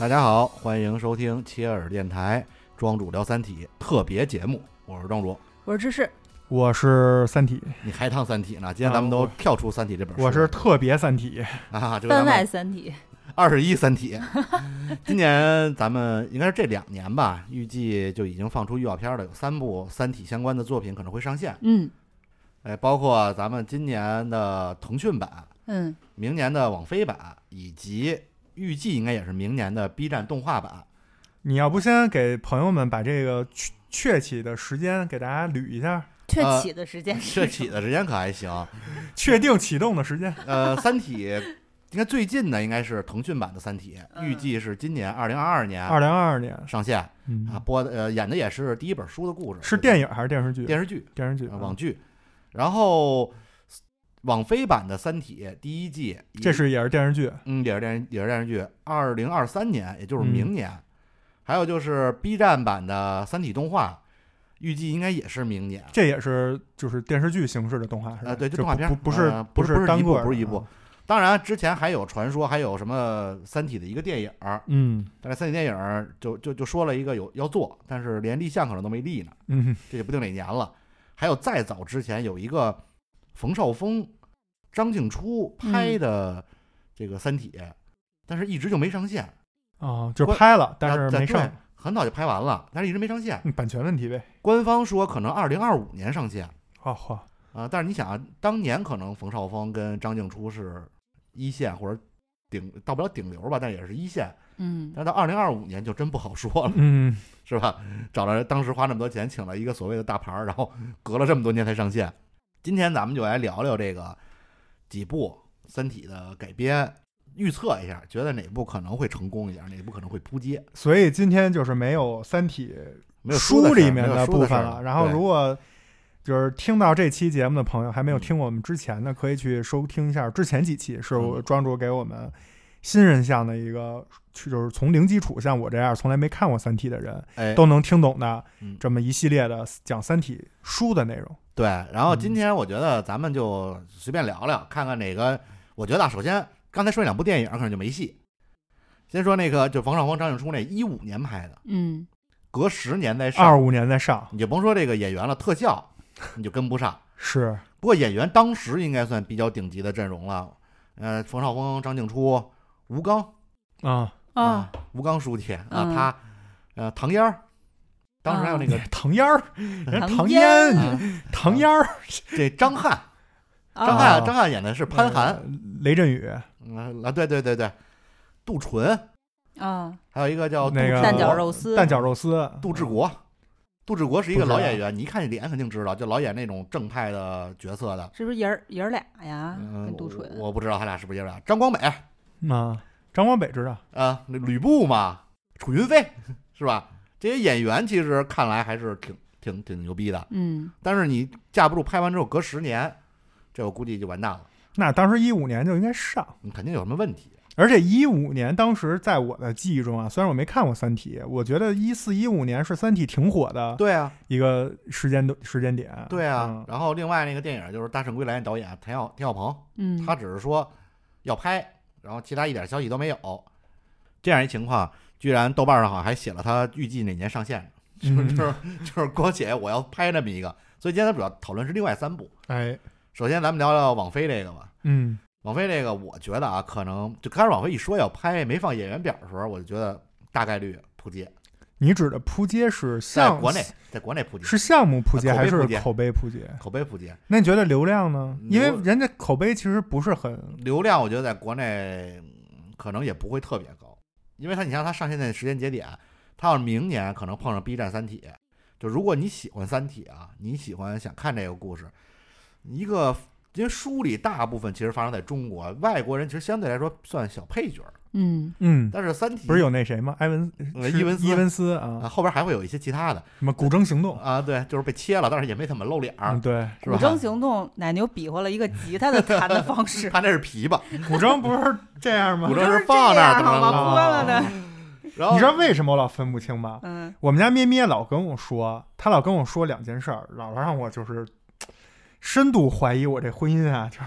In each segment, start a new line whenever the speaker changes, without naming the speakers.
大家好，欢迎收听切尔电台庄主聊三体特别节目，我是庄主，
我是芝士，
我是三体。
你还趟三体呢？今天咱们都跳出三体这本书，
我是特别三体
啊，这个
番外三体
21三体。今年咱们应该是这2年吧，预计就已经放出预告片了，有3部三体相关的作品可能会上线。包括咱们今年的腾讯版，明年的网飞版，以及预计应该也是明年的 B 站动画版。
你要不先给朋友们把这个确起的时间给大家捋一下？
确起的时间
确起的时间可还行，
确定启动的时间。
三体应该最近的应该是腾讯版的三体，预计是今年2022年上线。播的演的也是第一本书的故事。
是电影还是电视剧？
电视剧，网剧。
然
后网飞版的三体第1季，
这是也是电视剧，
也是电视剧，2023年，也就是明年。还有就是 B 站版的三体动画，预计应该也是明年。
这也是就是电视剧形式的动画，是吧？
对，就动画片，
不是
单个，不是一部。当然，之前还有传说，还有什么三体的一个电影，但是三体电影就说了一个要做，但是连立项可能都没立呢，这也不定哪年了。还有再早之前有一个冯绍峰、张静初拍的这个三体，但是一直就没上线。
就拍了，但是没上，
很早就拍完了，但是一直没上线。
版权问题呗。
官方说可能2025年上线。但是你想啊，当年可能冯绍峰跟张静初是一线或者到不了顶流吧，但也是一线。但到2025年就真不好说了，是吧？找了当时花那么多钱请了一个所谓的大牌，然后隔了这么多年才上线。今天咱们就来聊聊这个几部三体的改编，预测一下，觉得哪部可能会成功一点，哪部可能会扑街。
所以今天就是没有三体书里面的部分了。然后如果就是听到这期节目的朋友还没有听我们之前的，可以去收听一下之前几期，是我庄主给我们新人向的一个，就是从零基础，像我这样从来没看过三体的人，都能听懂的这么一系列的讲三体书的内容。
对，然后今天我觉得咱们就随便聊聊，看看哪个。我觉得首先刚才说那2部电影可能就没戏。先说那个就冯绍峰、张静初那15年拍的，隔10年再上
，25年再上，
你就甭说这个演员了，特效你就跟不上。
是，
不过演员当时应该算比较顶级的阵容了。冯绍峰、张静初、吴刚吴刚书记他唐嫣儿，当时还有那个
唐嫣儿，唐嫣儿，
这张翰演的是潘寒，
雷震宇
对，杜淳还有一个叫
那个
蛋饺肉丝，
杜志国是一个老演员，你一看脸肯定知道，就老演那种正派的角色的。
是不是爷儿俩呀？跟杜淳，
我不知道他俩是不是爷儿俩。张光北
张光北知道
那吕布嘛，楚云飞是吧？这些演员其实看来还是挺牛逼的，但是你架不住拍完之后隔10年，这我估计就完蛋了。
那当时15年就应该上，
你肯定有什么问题。
而且15年当时在我的记忆中啊，虽然我没看过三体，我觉得14、15年是三体挺火的，
对啊，
一个时间点，
对啊。然后另外那个电影就是《大圣归来》导演田晓鹏，他只是说要拍，然后其他一点消息都没有。这样一情况，居然豆瓣上好像还写了他预计哪年上线，就是光写我要拍那么一个。所以今天咱主要讨论是另外3部。首先咱们聊聊网飞这个吧。网飞这个我觉得可能就开始网飞一说要拍没放演员表的时候，我就觉得大概率扑街。
你指的扑街是
在国内扑街，
是项目扑街还是口碑扑街？
口碑扑街。
那你觉得流量呢？因为人家口碑其实不是很
流量，我觉得在国内可能也不会特别高，因为你像它上线的时间节点，它要是明年可能碰上 B 站三体，就如果你喜欢三体你喜欢想看这个故事，因为书里大部分其实发生在中国，外国人其实相对来说算小配角。但是三体
不是有那谁吗？伊文斯
后边还会有一些其他的，
什么古筝行动
对，就是被切了，但是也没怎么露脸。
对，
古筝行动，奶牛比划了一个吉他的弹的方式，
他那是琵琶，
古筝不是这样吗？
古筝是放那儿
好吗？关了的。
然后
你知道为什么我老分不清吗？我们家咩咩老跟我说，他老跟我说2件事，老让我就是深度怀疑我这婚姻就是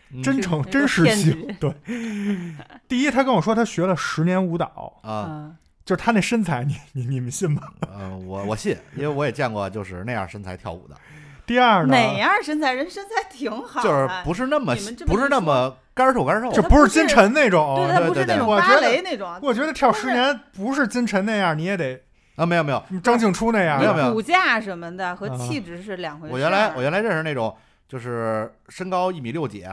真诚真实性。对，第一，他跟我说他学了10年舞蹈
啊，
就是他那身材，你们信吗？
我信，因为我也见过就是那样身材跳舞的。
第二呢，
哪样身材？人身材挺好，
就是不是那么干瘦，
就不是金晨那种，
对，他不是那种芭蕾那种。
我觉得跳10年不是金晨那样，你也得
没有
张静初那样，
没有
骨架什么的和气质是两回事。
我原来认识那种就是身高1.6米几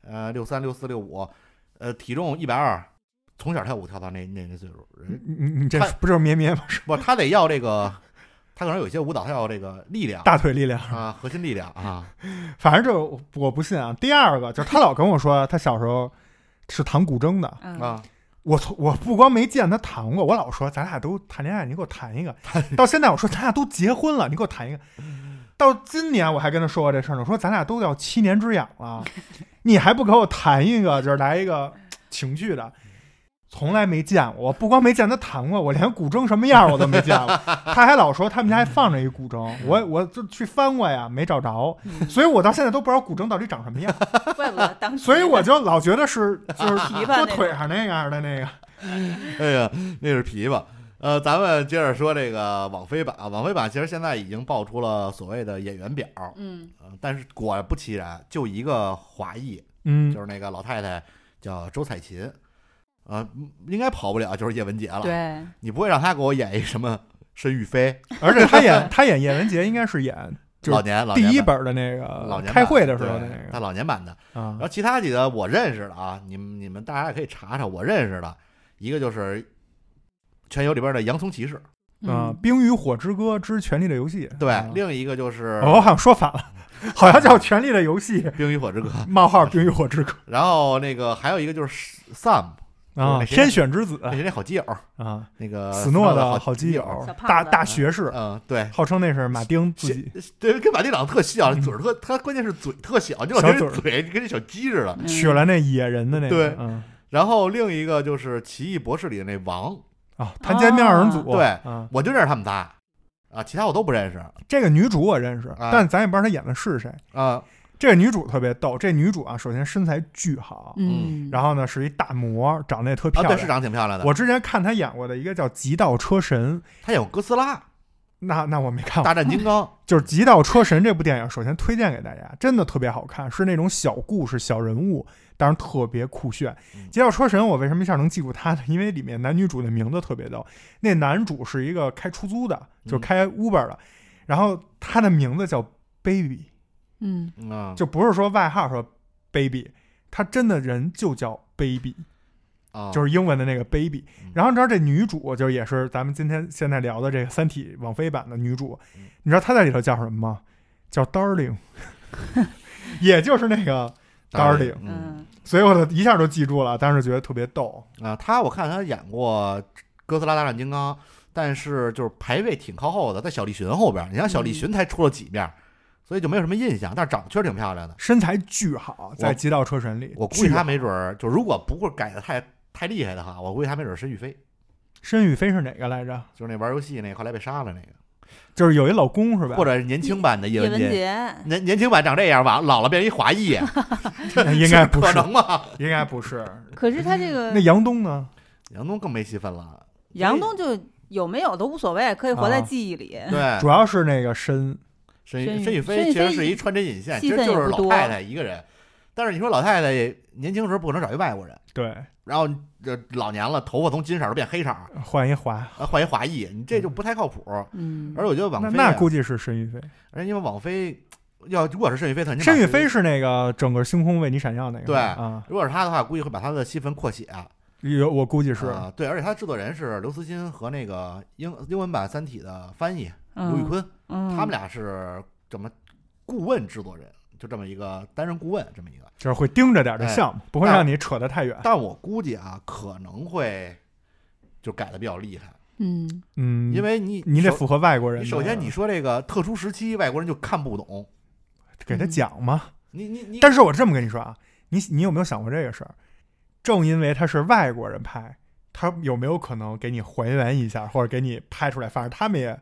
，63、64、65，体重120，从小跳舞跳到那岁数。
你这不就是咩吗？
不，他得要这个。他可能有些舞蹈，他要这个力量，
大腿力量
啊，核心力量啊。
反正就我不信啊。第二个就是他老跟我说，他小时候是弹古筝的
啊。
我不光没见他弹过，我老说咱俩都谈恋爱，你给我弹一个。到现在我说咱俩都结婚了，你给我弹一个。到今年我还跟他说过这事儿呢，我说咱俩都要7年之痒了，你还不给我弹一个，就是来一个情趣的。从来没见过，我不光没见他弹过，我连古筝什么样我都没见过。他还老说他们家还放着一古筝，我就去翻过呀，没找着，所以我到现在都不知道古筝到底长什么样。
怪不得当时，
所以我就老觉得就是坐腿上那样的那个。
哎呀，那是琵琶。咱们接着说这个网飞版啊，网飞版其实现在已经爆出了所谓的演员表，但是果不其然，就一个华裔，就是那个老太太叫周采芹。应该跑不了，就是叶文洁了。
对，
你不会让他给我演一什么申玉飞，
而且他演叶文洁应该是演
老年
第一本的那个开会的时候的那个，
他老年版的。然后其他几个我认识的啊，你们大家也可以查查，我认识的一个就是《全游》里边的洋葱骑士，
冰与火之歌之权力的游戏。
对，另一个就是
我好像说反了。好像叫《权力的游戏》，
冰与火之歌
冒号冰与火之歌。
然后那个还有一个就是 Sam。
天选之子，
那好基友
啊，
那个
斯诺的好基友，大学士，
对，
号称那是马丁自己，
对，跟马丁长得特像，嘴他关键是嘴特小，就跟嘴跟那小鸡似的，
取了那野人的那个，
对，然后另一个就是《奇异博士》里的那王
谭坚面二人组，
对，我就认识他们仨啊，其他我都不认识。
这个女主我认识，但咱也不知道她演的是谁
啊。
这个女主特别逗，这女主啊，首先身材巨好，然后呢是一大模，长得也特漂亮，
对，是长得挺漂亮的。
我之前看她演过的一个叫《极道车神》，
她演过哥斯拉，
那我没看过。
大战金刚
就是《极道车神》这部电影，首先推荐给大家，真的特别好看，是那种小故事、小人物，当然特别酷炫。极道车神我为什么一下能记住他呢？因为里面男女主的名字特别逗，那男主是一个开出租的，就开 Uber 的，然后他的名字叫 Baby。就不是说外号说 baby， 他真的人就叫 baby，就是英文的那个 baby。然后你知道这女主就也是咱们现在聊的这个三体网飞版的女主，你知道她在里头叫什么吗？叫 darling， 也就是那个 darling。所以我一下就记住了，当时觉得特别逗
啊。我看她演过哥斯拉大战金刚，但是就是排位挺靠后的，在小栗旬后边。你看小栗旬才出了几面。所以就没有什么印象，但是长得确实挺漂亮的，
身材巨好，在《极道车神》里，
我估计他没准儿就如果不是改的太厉害的话，我估计他没准儿申玉飞。
申玉飞是哪个来着？
就是那玩游戏那个后来被杀了那个，
就是有一老公是吧？
或者是年轻版的叶文洁，年轻版长这样吧，老了变一华裔，
应该不是，
可能吗？
应该不是。
可是他这个
那杨东呢？
杨东更没戏份了。
杨东就有没有都无所谓，可以活在记忆里。
对，
主要是那个申
玉飞其实是一穿针引线，其实就是老太太一个人。但是你说老太太年轻时候不可能找一外国人，
对。
然后这老年了，头发从金色都变黑色，
换一华
裔，你这就不太靠谱。而且我觉得网飞
那估计是申玉飞，
而且因为网飞如果是申玉飞，
申玉飞是那个整个星空为你闪耀那个，
对啊。如果是他的话，估计会把他的戏份扩写。
我估计是
对，而且他制作人是刘慈欣和那个英文版《三体》的翻译卢宇坤，他们俩是这么顾问制作人，就这么一个担任顾问，这么一个
就是会盯着点的项目，不会让你扯得太远。
但我估计啊，可能会就改的比较厉害。因为
你得符合外国人。
首先你说这个特殊时期，外国人就看不懂，
给他讲嘛。
你，
但是我这么跟你说啊，你有没有想过这个事儿？正因为他是外国人拍，他有没有可能给你还原一下，或者给你拍出来？反正他们也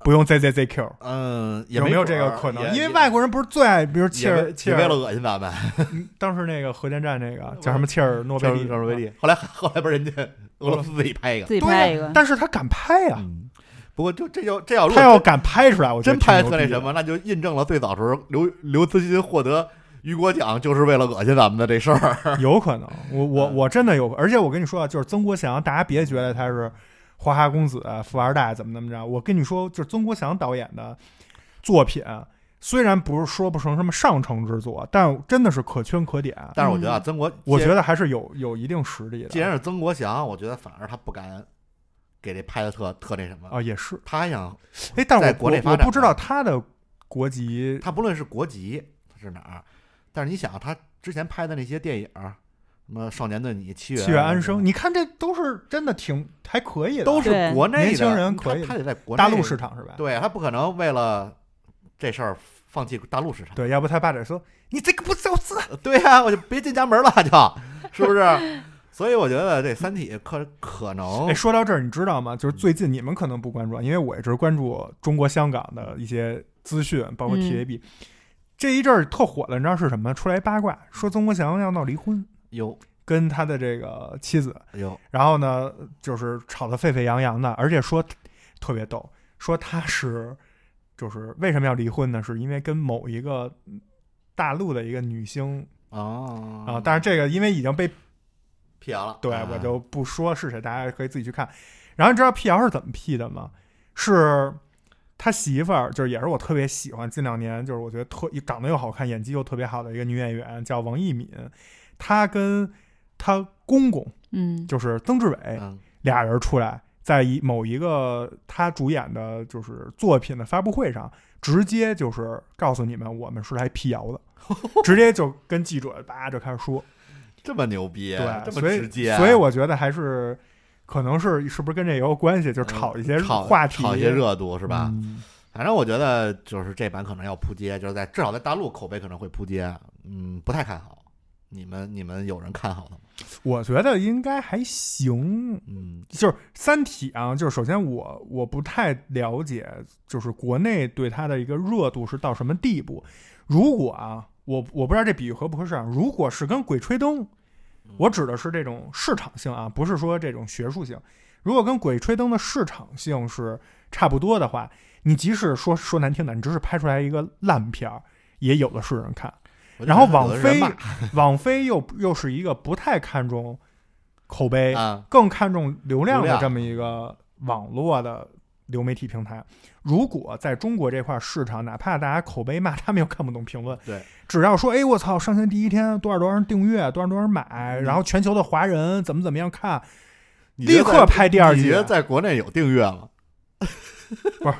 不用 ZZZQ，
有
没有这个可能？因为外国人不是最爱，比如切尔，
为了恶心咱们。
当时那个核电站那个叫什么切尔诺贝利，
后来不是人家俄罗斯自己拍一个，
对，但是他敢拍呀。
不过这要
他要敢拍出来，我
真拍特那什么，那就印证了最早时候刘慈欣获得雨果奖就是为了恶心咱们的这事儿。
有可能，我真的有，而且我跟你说，就是曾国祥，大家别觉得他是花花公子、富二代怎么着，我跟你说，就是曾国祥导演的作品，虽然不是说不成什么上乘之作，但真的是可圈可点。
但是我觉得
我觉得还是有一定实力的。
既然是曾国祥，我觉得反而他不敢给这拍的特那什么
啊，也是
他还想
但是
在国内发展。
我不知道他的国籍，
他不论是国籍是哪儿，但是你想他之前拍的那些电影，什么《少年的你》、七月
安生，你看这都是真的还可以的，
都是国内的
年轻人可以，
他得在国内
大陆市场是吧？
对，他不可能为了这事儿放弃大陆市场。
对，要不他爸得说你这个不走资。
对呀，我就别进家门了，就是不是？所以我觉得这《三体》可能，
说到这儿，你知道吗？就是最近你们可能不关注，因为我一直关注中国香港的一些资讯，包括 TVB。这一阵儿特火的，你知道是什么？出来八卦说曾国祥要闹离婚，跟他的这个妻子，然后呢，就是吵得沸沸扬扬的，而且说特别逗，说他就是为什么要离婚呢？是因为跟某一个大陆的一个女星但是这个因为已经被
辟谣了，
对，我就不说是谁，大家可以自己去看。然后你知道辟谣是怎么辟的吗？是他媳妇儿，就是也是我特别喜欢，近2年就是我觉得长得又好看，演技又特别好的一个女演员，叫王艺敏。她跟她公公，就是曾志伟，俩人出来，在某一个他主演的就是作品的发布会上，直接就是告诉你们，我们是来辟谣的，直接就跟记者就开始说。
这么牛逼，
对，
这么直接，
所以我觉得还是可能是不是跟这也有关系，就炒一些话题，
炒一些热度是吧？反正我觉得就是这版可能要扑街，就是至少在大陆口碑可能会扑街，不太看好。你们有人看好的吗？
我觉得应该还行，就是《三体》啊，就是首先我不太了解，就是国内对它的一个热度是到什么地步。如果我不知道这比喻合不合适啊。如果是跟《鬼吹灯》，我指的是这种市场性啊，不是说这种学术性。如果跟《鬼吹灯》的市场性是差不多的话，你即使说难听的，你只是拍出来一个烂片儿，也有的是人看。然后网飞又是一个不太看重口碑，更看重流量的这么一个网络的流媒体平台。如果在中国这块市场，哪怕大家口碑骂，他们又看不懂评论，
对，
只要说我操，上线第一天多少人订阅，多少人买，然后全球的华人怎么样看，立刻拍第2季。
你觉得在国内有订阅吗？
不是，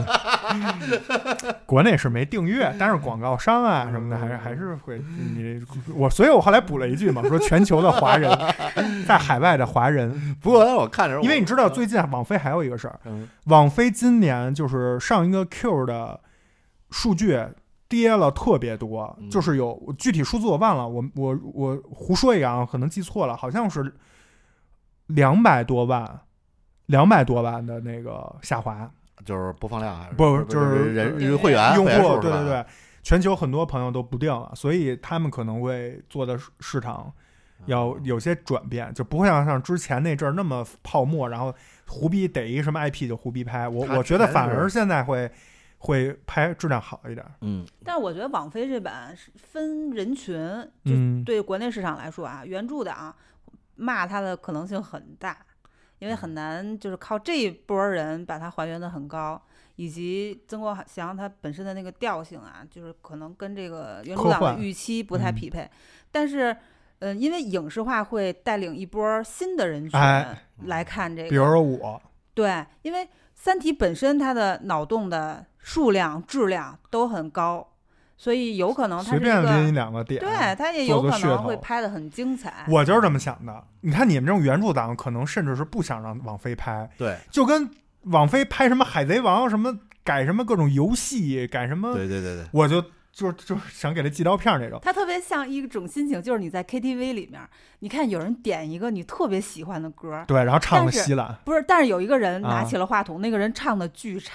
国内是没订阅，但是广告商啊什么的还是会所以我后来补了一句嘛，说全球的华人在海外的华人。
不过我看着，
因为你知道最近网飞还有一个事儿，网飞今年就是上一个 Q 的数据跌了特别多，就是有具体数字我忘了，我胡说一个可能记错了，好像是200多万的那个下滑。
就是播放量还是
不就是
人会员
用户？对，全球很多朋友都不订了，所以他们可能会做的市场要有些转变，就不会像之前那阵儿那么泡沫，然后胡逼逮一什么 IP 就胡逼拍。我觉得反而现在会拍质量好一点。
但是我觉得网飞这版是分人群，就对国内市场来说原著的骂它的可能性很大。因为很难就是靠这一波人把它还原的很高，以及曾国祥他本身的那个调性就是可能跟这个原著党的预期不太匹配。但是因为影视化会带领一波新的人群来看这个，
比如说我，
对，因为三体本身它的脑洞的数量质量都很高，所以有可能它是
随便拎2个点，
对，它也有可能会拍得很精彩。
我就是这么想的。你看你们这种原著党，可能甚至是不想让网飞拍，
对，
就跟网飞拍什么海贼王，什么改什么各种游戏，改什么，
对，
我就想给他寄刀片那种。
它特别像一种心情，就是你在 KTV 里面，你看有人点一个你特别喜欢的歌，
对，然后唱的稀烂，
不是，但是有一个人拿起了话筒，那个人唱的巨差。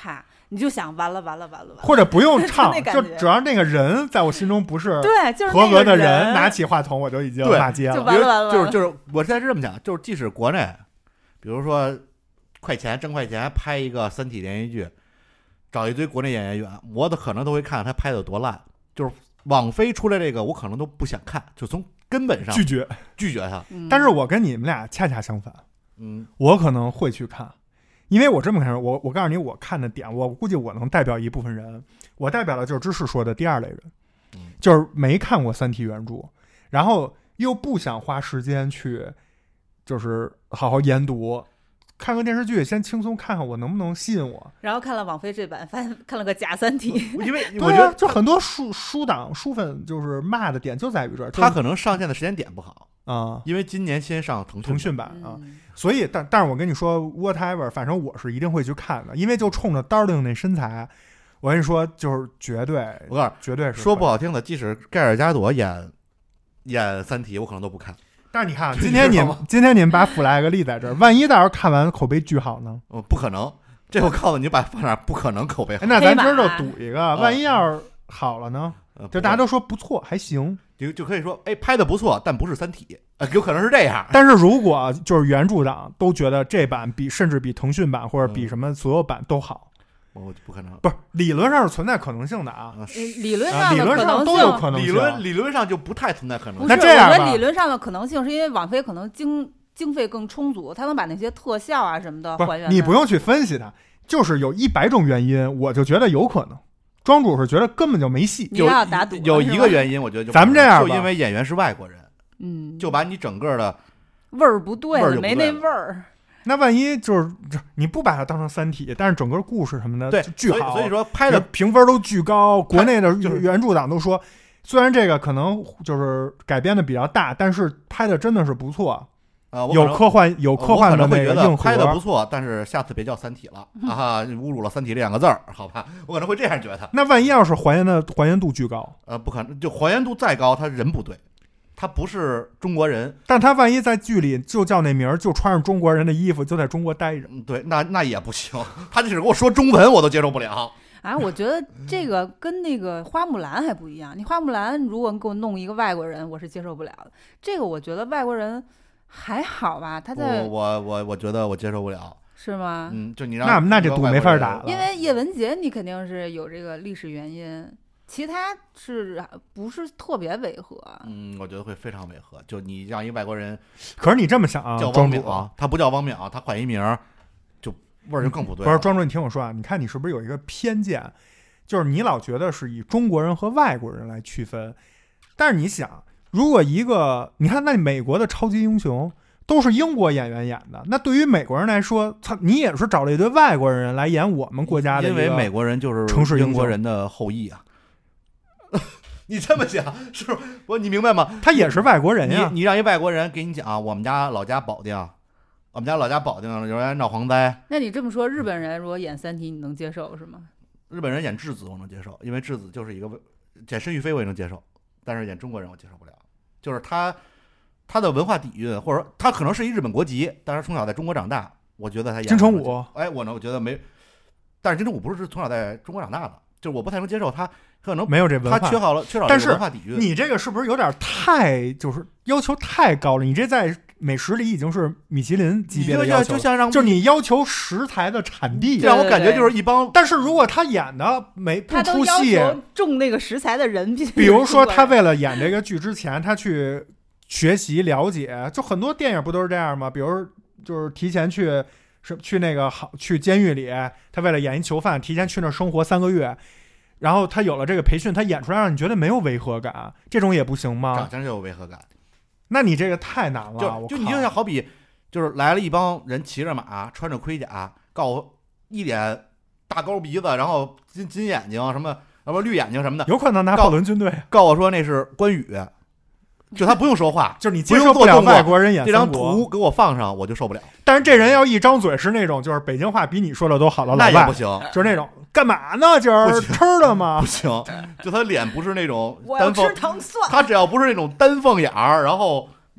你就想完了，
或者不用唱，就主要那个人在我心中不是
对，就是
合格的人，拿起话筒我就已经骂街了，
就完了。
就是我现在是这么讲，就是即使国内，比如说挣快钱拍一个三体连续剧，找一堆国内演员，我可能都会看他拍的有多烂。就是网飞出来这个，我可能都不想看，就从根本上拒绝他。
但是我跟你们俩恰恰相反，我可能会去看。因为我这么看，我告诉你，我看的点，我估计我能代表一部分人，我代表的就是知识说的第二类人，就是没看过《三体》原著，然后又不想花时间去，就是好好研读，看个电视剧，先轻松看看我能不能吸引我。
然后看了网飞这版，发现看了个假《三体》，
因为我觉得
就很多书党书粉就是骂的点就在于这儿，
他可能上线的时间点不好。
因
为今年先上腾
讯版所以但是我跟你说 whatever， 反正我是一定会去看的，因为就冲着 Darling 那身材，我跟你说就是绝对，
我告诉你
绝对是
说不好听的，即使盖尔加朵演三体，我可能都不看。
但是你看，今天你们把 flag 立在这儿，万一到时候看完口碑巨好呢？
不可能，这我告诉你，把放哪不可能口碑好。
那咱今儿就赌一个，万一要是好了呢？就大家都说不错，还行。
就可以说，拍的不错，但不是三体，有可能是这样。
但是如果就是原著党都觉得这版甚至比腾讯版或者比什么所有版都好，
我不可能。
不是，理论上是存在可能性的啊。
理论上
都有可能性，
理论上就不太存在可能性。
那这样吧，
我觉得理论上的可能性是因为网飞可能经费更充足，他能把那些特效啊什么的还原。
你不用去分析它，就是有100种原因，我就觉得有可能。庄主是觉得根本就没戏，
有
一个原因，我觉得
咱们这样吧，
就因为演员是外国人，就把你整个的
味儿不对，没那味儿。
那万一就是你不把它当成三体，但是整个故事什么的
对
巨好，
所以说拍的
评分都巨高，国内的原著党都说，虽然这个可能就是改编的比较大，但是拍的真的是不错。有科幻的那个硬核，
拍的不错，但是下次别叫三体了侮辱了三体这2个字儿，好吧？我可能会这样觉得。
那万一要是还原度巨高，
不可能，就还原度再高，他人不对，他不是中国人，
但他万一在剧里就叫那名儿，就穿着中国人的衣服，就在中国待着，
对，那也不行，他只给我说中文，我都接受不了。
我觉得这个跟那个花木兰还不一样。你花木兰如果给我弄一个外国人，我是接受不了的。这个我觉得外国人还好吧，他在
我觉得我接受不了，
是吗？
就你让
那这赌没法打了，
因为叶文洁你肯定是有这个历史原因，其他是不是特别违和？
我觉得会非常违和。就你让一外国人，
可是你这么想啊，
叫汪淼，他不叫汪淼，他换一名，就味儿就更不对了。
不是庄主，你听我说啊，你看你是不是有一个偏见，就是你老觉得是以中国人和外国人来区分，但是你想。如果你看那美国的超级英雄都是英国演员演的，那对于美国人来说，你也是找了一堆外国人来演我们国家的，
因为美国人就是英国人的后裔啊。你这么想是不是？你明白吗？
他也是外国人呀。
你让一外国人给你讲我们家老家保定有人闹蝗灾。
那你这么说，日本人如果演三体，你能接受是吗？
日本人演质子我能接受，因为质子就是一个演申玉飞我也能接受，但是演中国人我接受不了。就是他的文化底蕴，或者他可能是一日本国籍，但是从小在中国长大，我觉得他演
金城武，
我觉得没，但是金城武不是从小在中国长大的，就是我不太能接受他可能
没有这文化，
他缺少了文化底蕴。
你这个是不是有点太就是要求太高了？你这在美食里已经是米其林级别的要求，就是你要求食材的产地，
这让我感觉就是一帮。
但是如果他演的不出戏，
种那个食材的人，
比如说他为了演这个剧之前，他去学习了解，就很多电影不都是这样吗？比如就是提前去那个去监狱里，他为了演一囚犯，提前去那生活3个月。然后他有了这个培训，他演出来让你觉得没有违和感，这种也不行吗？
长相就有违和感，
那你这个太难了。
就你就像好比，就是来了一帮人骑着马，穿着盔甲，告我一脸大高鼻子，然后金眼睛什么，绿眼睛什么的，
有可能拿破仑军队
告我说那是关羽，就他不用说话，
就是你接受不了外国人演
这张图给我放上，我就受不了。
但是这人要一张嘴是那种就是北京话比你说的都好的老外，
那也不行，
就是那种。干嘛呢？今儿吃的吗？
不行，就他脸不是那种
单凤，我要吃糖蒜。
他只要不是那种丹凤眼儿，然后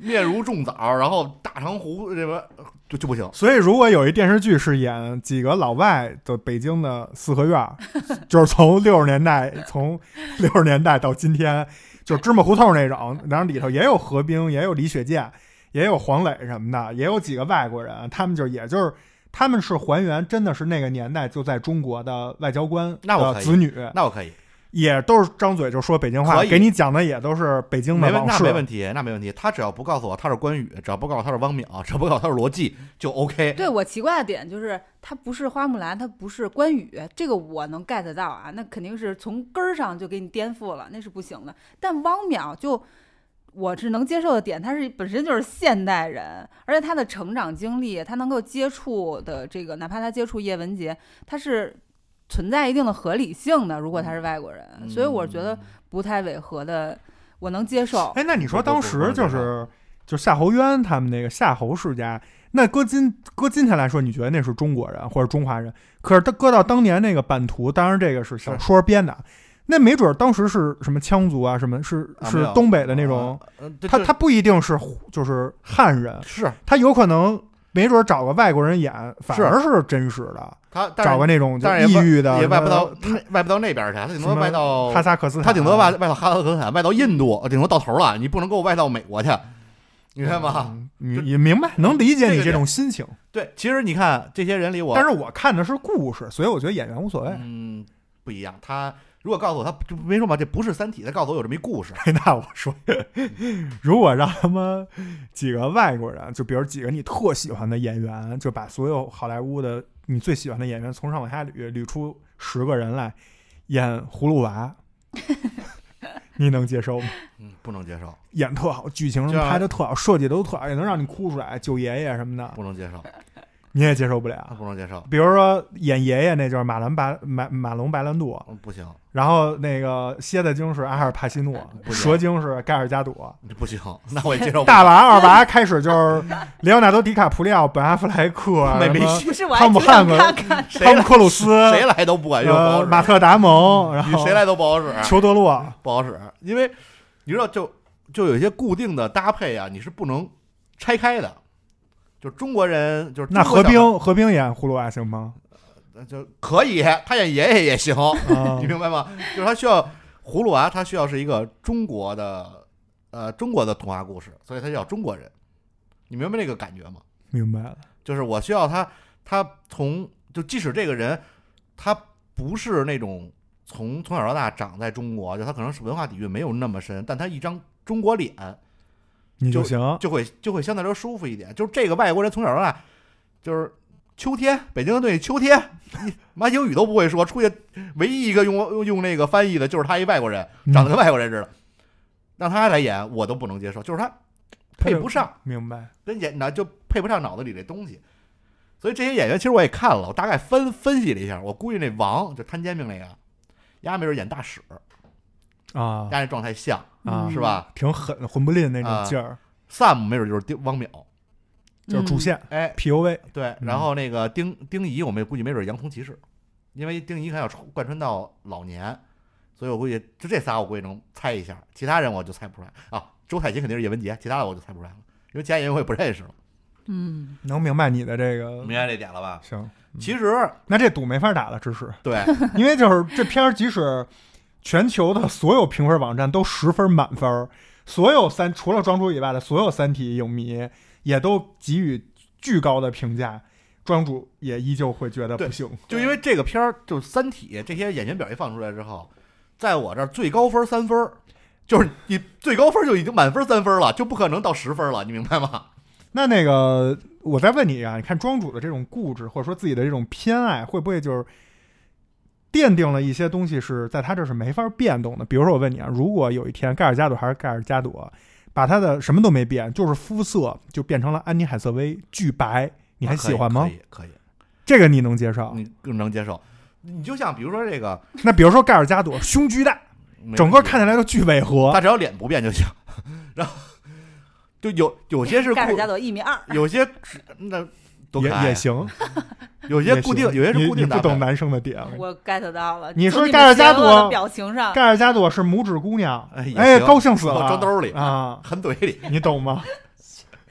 面如重枣，然后大长胡这个就不行。
所以如果有一电视剧是演几个老外的北京的四合院，就是从60年代到今天，就是芝麻胡同那种，然后里头也有何冰，也有李雪健，也有黄磊什么的，也有几个外国人，他们也就是他们是还原真的是那个年代就在中国的外交官的子女，
那我可以。
也都是张嘴就说北京话，给你讲的也都是北京的往事。
那没问题。他只要不告诉我他是关羽，只要不告诉我他是汪淼，只要不告诉我他是罗辑，就 OK。
对，我奇怪的点就是他不是花木兰，他不是关羽，这个我能 get 到啊，那肯定是从根儿上就给你颠覆了，那是不行的。但汪淼就我是能接受的点，他是本身就是现代人，而且他的成长经历，他能够接触的这个，哪怕他接触叶文洁，他是存在一定的合理性的，如果他是外国人，所以我觉得不太违和的，我能接受。
哎，那你说当时就夏侯渊他们那个夏侯世家，那搁今天来说，你觉得那是中国人或者中华人？可是他搁到当年那个版图，当然这个是小说编的，那没准当时是什么羌族啊，什么是东北的那种，他不一定是就是汉人，
是
他有可能。没准找个外国人演，反而是真实的。
他
找个那种异域的，
也外不到那边去，他顶多外到
哈萨克斯坦，
他顶多外到哈萨克斯坦，外到印度，顶多到头了。你不能给我外到美国去，你看吗？
你明白，能理解你这种心情。
对，其实你看这些人里，
但是我看的是故事，所以我觉得演员无所谓。
不一样。他如果告诉我他就没说嘛，这不是三体，他告诉我有这么一故事，
那我说，如果让他们几个外国人，就比如几个你特喜欢的演员，就把所有好莱坞的你最喜欢的演员从上往下捋出10个人来演葫芦娃，你能接受吗？
不能接受。
演特好，剧情拍的特好，设计都特好，也能让你哭出来，九爷爷什么的，
不能接受。
你也接受不了，
不能接受。
比如说演爷爷那就是马龙白兰度，
不行。
然后那个蝎子精是阿尔帕西诺，蛇精是盖尔加朵，
不行，那我也接受不了。
大娃二娃开始就是里奥纳多·迪卡普里奥、本·阿弗莱克、汤姆·汉克、汤姆·克鲁斯，
谁来都不管用。
马特·达蒙，然后
谁来都不好使。
裘德洛
不好使，因为你知道，就有一些固定的搭配啊，你是不能拆开的。就中国人，就是
那何冰演葫芦娃行吗？
就可以，他演爷爷也行，你明白吗？就是他需要葫芦娃，他需要是一个中国的童话故事，所以他叫中国人。你明白那个感觉吗？
明白了。
就是我需要他就即使这个人他不是那种从小到大长在中国，就他可能是文化底蕴没有那么深，但他一张中国脸。
你就行，
就会相对来说舒服一点。就是这个外国人从小到大，就是秋天，北京队秋天，妈英语都不会说，出去唯一一个用那个翻译的就是他一外国人，长得跟外国人似的，让他来演我都不能接受，就是他配不上，
明白？
跟演呢就配不上脑子里这东西。所以这些演员其实我也看了，我大概分析了一下，我估计那王就摊煎饼那个，丫没准演大使。
啊，
家那状态像
啊，
是吧？
挺狠，混不吝那种劲儿。
Sam 没准就是汪淼，
就是主线，PUA
对。然后那个丁仪，我们估计没准洋葱骑士，因为丁仪还要贯穿到老年，所以我估计就这仨我估计能猜一下，其他人我就猜不出来啊。周采芹肯定是叶文洁，其他的我就猜不出来了，因为其他演员我也不认识了。
能明白你的这个，
明白这点了吧？
行，
其实
那这赌没法打了，只是
对，
因为就是这片儿即使。全球的所有评分网站都10分满分，所有除了庄主以外的所有三体影迷也都给予巨高的评价，庄主也依旧会觉得不行。
就因为这个片儿，就是三体这些演员表一放出来之后，在我这儿最高分3分，就是你最高分就已经满分3分了，就不可能到10分了，你明白吗？
那个我再问你啊，你看庄主的这种固执或者说自己的这种偏爱，会不会就是奠定了一些东西是在他这是没法变动的？比如说我问你啊，如果有一天盖尔加朵还是盖尔加朵，把他的什么都没变，就是肤色就变成了安妮海瑟薇巨白，你还喜欢吗？
可以，
这个你能接受？
你更能接受。你就像比如说这个，
那比如说盖尔加朵胸巨大，整个看起来都巨违和，
他只要脸不变就行。然后就有些是
盖尔加朵1.2米，
有些那
也行。
有些固定，有些是固定。
你不懂男生的点，
我 get 到了。
你说盖尔加朵
表情上，
盖尔加朵是拇指姑娘，哎，高兴死了，
装兜里
啊，
含嘴里，
你懂吗？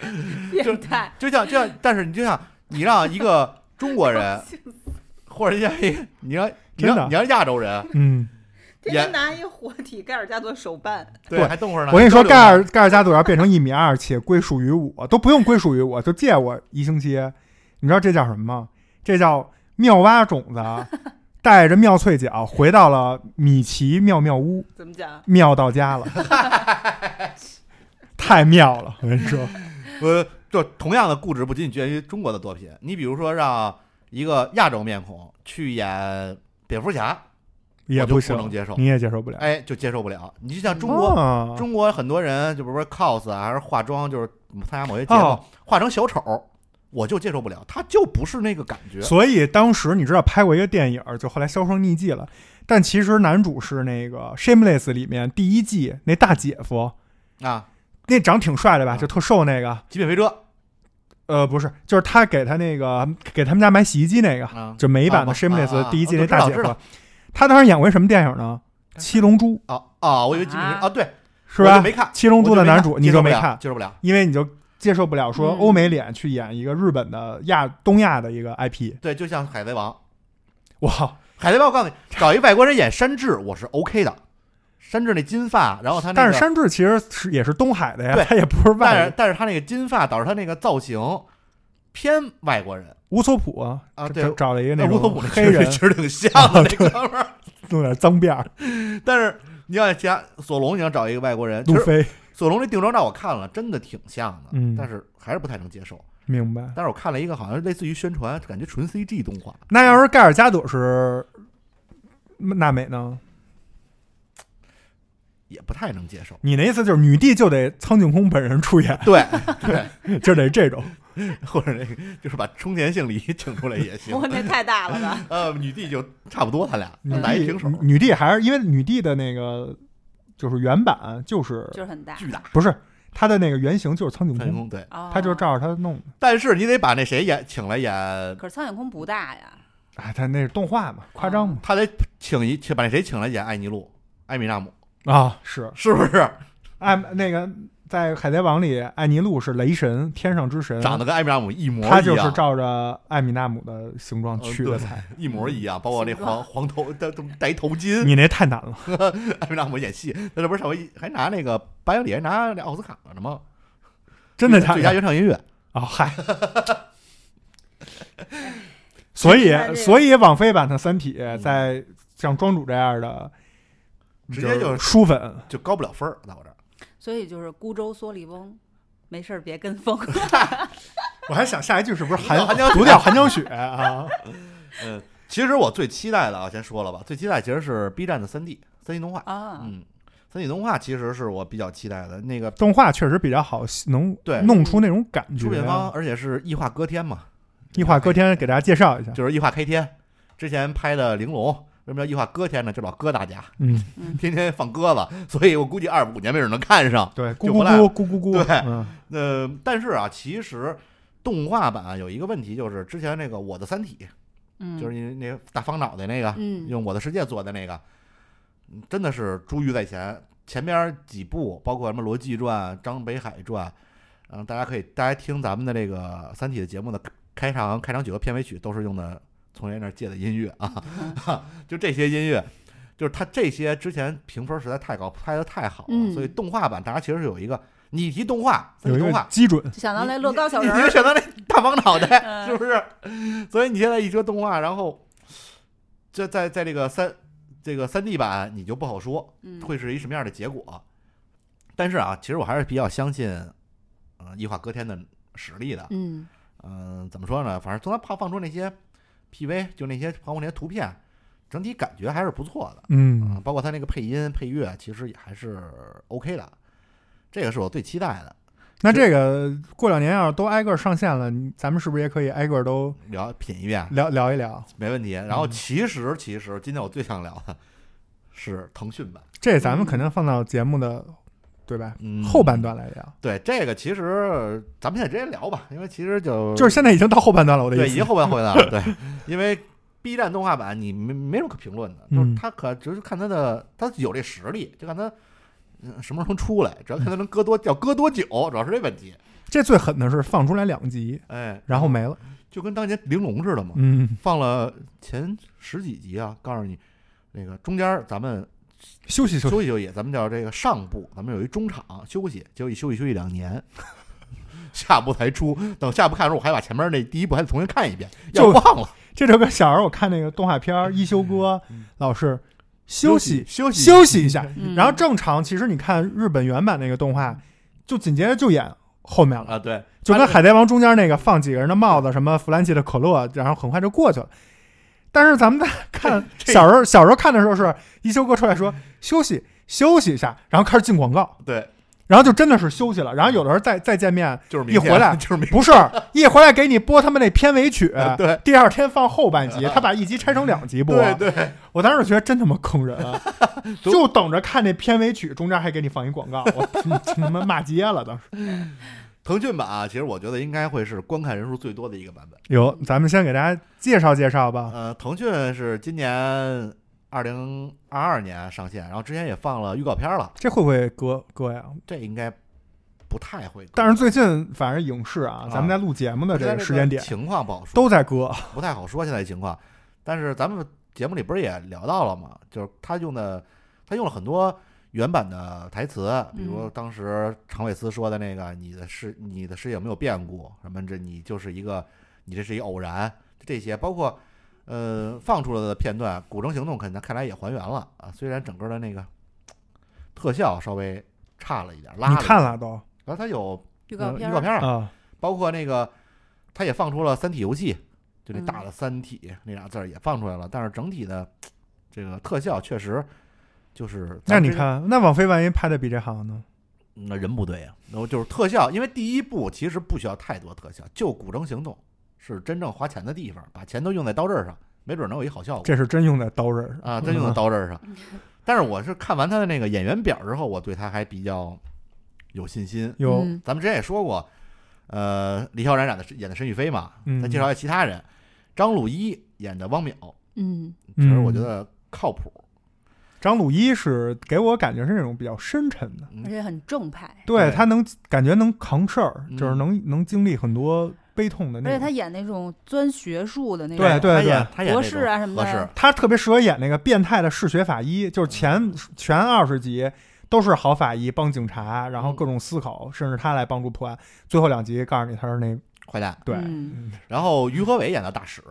变态，
就像，但是你就像你让一个中国人，或者像你让亚洲人，
天天拿一活体盖尔加朵手办，
对，还动会儿呢。
我跟你说，盖尔加朵要变成1.2米且归属于我，都不用归属于我，就借我1星期。你知道这叫什么吗？这叫妙蛙种子带着妙脆角回到了米奇妙妙屋。
怎么讲？
妙到家了，太妙了！我跟你说，
就同样的固执不仅仅局限于中国的作品。你比如说，让一个亚洲面孔去演蝙蝠侠。
也
不能接受，
你也接受不了，
就接受不了。你就像中国很多人，就比如说 cos 啊，还是化妆，就是参加某些节目，化成小丑，我就接受不了，他就不是那个感觉。
所以当时你知道拍过一个电影，就后来销声匿迹了，但其实男主是那个 Shameless 里面第1季那大姐夫
啊，
那长挺帅的吧，就特瘦那个
极品飞车。
不是，就是他给他们家买洗衣机那个，就美版的 Shameless 第1季那大姐夫。他当时演过什么电影呢？七龙珠
我以为对，
是吧？
没看
七龙珠的男主，你就没看，
接受不了，
因为你就接受不了说欧美脸去演一个日本的东亚的一个 IP。
对，就像海贼王，
哇，
海贼王，我告诉你，找一外国人演山治，我是 OK 的。山治那金发，然后他
但是山治其实也是东海的呀，
对，
他也不是外人，
但是他那个金发导致他那个造型偏外国人。
乌索普
对，
找了一个那
种
黑人，
其实挺像的那哥们儿，
弄点脏辫儿。
但是你要加索隆，你要找一个外国人，
路飞，
索隆那定妆照我看了，真的挺像的，但是还是不太能接受。
明白。
但是我看了一个好像类似于宣传，感觉纯 CG 动画。
那要是盖尔加朵是娜美呢？
也不太能接受。
你那意思就是女帝就得苍井空本人出演？
对，
就得这种。
或者那个就是把冲田杏梨请出来也行。
那太大了吧？
女帝就差不多，他俩打一平手。
女帝还是因为女帝的那个就是原版就是
很大，
巨大，
不是他的那个原型就是苍井空，
对，
他就照着他弄的。
但是你得把那谁请来演。
可是苍井空不大呀。
他那是动画嘛，夸张嘛。
他得把那谁请来演艾尼路、艾米纳姆
是
不是？
那个。在海贼王里，艾尼路是雷神，天上之神，
长得跟艾米纳姆一模一样。
他就是照着艾米纳姆的形状去的才
一模一样，包括那黄头戴头巾。
你那太难了。
艾米纳姆演戏，那不是上回还拿那个颁奖礼还拿奥斯卡了吗？
真的
最佳原创音乐
嗨。所以网飞版的《三体》在像庄主这样的，
直接就
书粉
就高不了分到我这儿。
所以就是孤舟蓑笠翁，没事别跟风。
我还想下一句是不是读掉韩江雪啊？
其实我最期待的先说了吧，最期待其实是 B 站的3D 动画3D 动画其实是我比较期待的。那个
动画确实比较好，能弄出那种感觉。
出品方而且是异化歌天嘛，
异化歌天给大家介绍一下，
就是异化 K 天之前拍的玲珑。为什么叫异化歌天呢？就老哥大家，天天放鸽子，所以我估计25年没准能看上。
对，咕咕咕咕咕咕。
对，但是其实动画版有一个问题，就是之前那个《我的三体》，就是那个大方脑袋那个，用《我的世界》做的那个，真的是珠玉在前。前边几部，包括什么《罗辑传》《张北海传》，大家听咱们的这个《三体》的节目的开场曲和片尾曲都是用的。从人那儿借的音乐就这些音乐，就是他这些之前评分实在太高，拍的太好了，所以动画版大家其实是有一个，你提动画
有一个基准，
想到那乐高小人，
你就想到那大方脑袋，是不是？所以你现在一说动画，然后这在这个3D 版你就不好说会是一什么样的结果。但是其实我还是比较相信异化歌天的实力的。怎么说呢？反正从他放出那些。PV 就那些包括那些图片，整体感觉还是不错的。包括他那个配音配乐，其实也还是 OK 的。这个是我最期待的。
那这个过2年要是都挨个上线了，咱们是不是也可以挨个都
品一遍，
聊一聊？
没问题。然后其实今天我最想聊的是腾讯版，
这咱们肯定放到节目的。对吧？后半段来聊。
对，这个其实咱们现在直接聊吧，因为其实
就是现在已经到后半段了，我的意思。
对，已经后半段了。对，因为 B 站动画版你没什么可评论的，就是他只是看他有这实力，就看他什么时候能出来，主要看他能搁多久，主要是这问题。
这最狠的是放出来2集，然后没了，
就跟当年玲珑似的嘛。放了前10几集啊，告诉你那个中间咱们
休息，
咱们叫这个上部，咱们有一中场休息，结果休息2年。下部才出，等下部看的时候，我还把前面那第一部还得重新看一遍，要忘了。
这就跟小时候我看那个动画片一休哥老是休息一下，然后正常其实你看日本原版那个动画，就紧接着就演后面了
啊，对，
就跟海贼王中间那个放几个人的帽子，什么弗兰奇的可乐，然后很快就过去了。但是咱们在看小时候看的时候，是一休哥出来说休息一下，然后开始进广告，
对。
然后就真的是休息了，然后有的时候再见面，
就是
一回来不是一回来给你播他们那片尾曲，
对，
第二天放后半集，他把1集拆成2集播，
对，
我当时觉得真他妈坑人啊，就等着看那片尾曲，中间还给你放一广告，我他妈骂街了当时。
腾讯版啊，其实我觉得应该会是观看人数最多的一个版本。
有，咱们先给大家介绍吧。
腾讯是今年2022年上线，然后之前也放了预告片了。
这会不会割呀？
这应该不太会割。
但是最近反正影视啊，咱们在录节目的这个时间点，
情况不好说，
都在割，
不太好说现在的情况。但是咱们节目里不是也聊到了吗？就是他用了很多原版的台词，比如当时常伟思说的那个你的世界有没有变故，什么你这是一偶然，这些包括放出来的片段，古筝行动看来也还原了啊，虽然整个的那个特效稍微差了一点，
你看了都，
然后它有
预告片
啊，包括那个它也放出了3体游戏，就那大的3体那俩字也放出来了，但是整体的这个特效确实就是，
那你看那网飞万一拍的比这好呢？
那人不对呀，然后就是特效，因为第一部其实不需要太多特效，就古筝行动是真正花钱的地方，把钱都用在刀刃上，没准能有一好效果。
这是真用在刀刃上
啊，真用在刀刃上。但是我是看完他的那个演员表之后，我对他还比较有信心。咱们之前也说过，李小冉演的申玉飞嘛，再介绍一下其他人，张鲁一演的汪淼，其实我觉得靠谱。
张鲁一是给我感觉是那种比较深沉的，
而且很正派。
对，他感觉能扛事儿，就是能经历很多悲痛的那种。
而且他演那种钻学术的那
种，对，
他演
博士啊什么的，
他特别适合演那个变态的嗜血法医，就是全20集都是好法医帮警察，然后各种思考，甚至他来帮助破案。最后2集告诉你他是那
坏蛋，
对。
然后于和伟演的大使。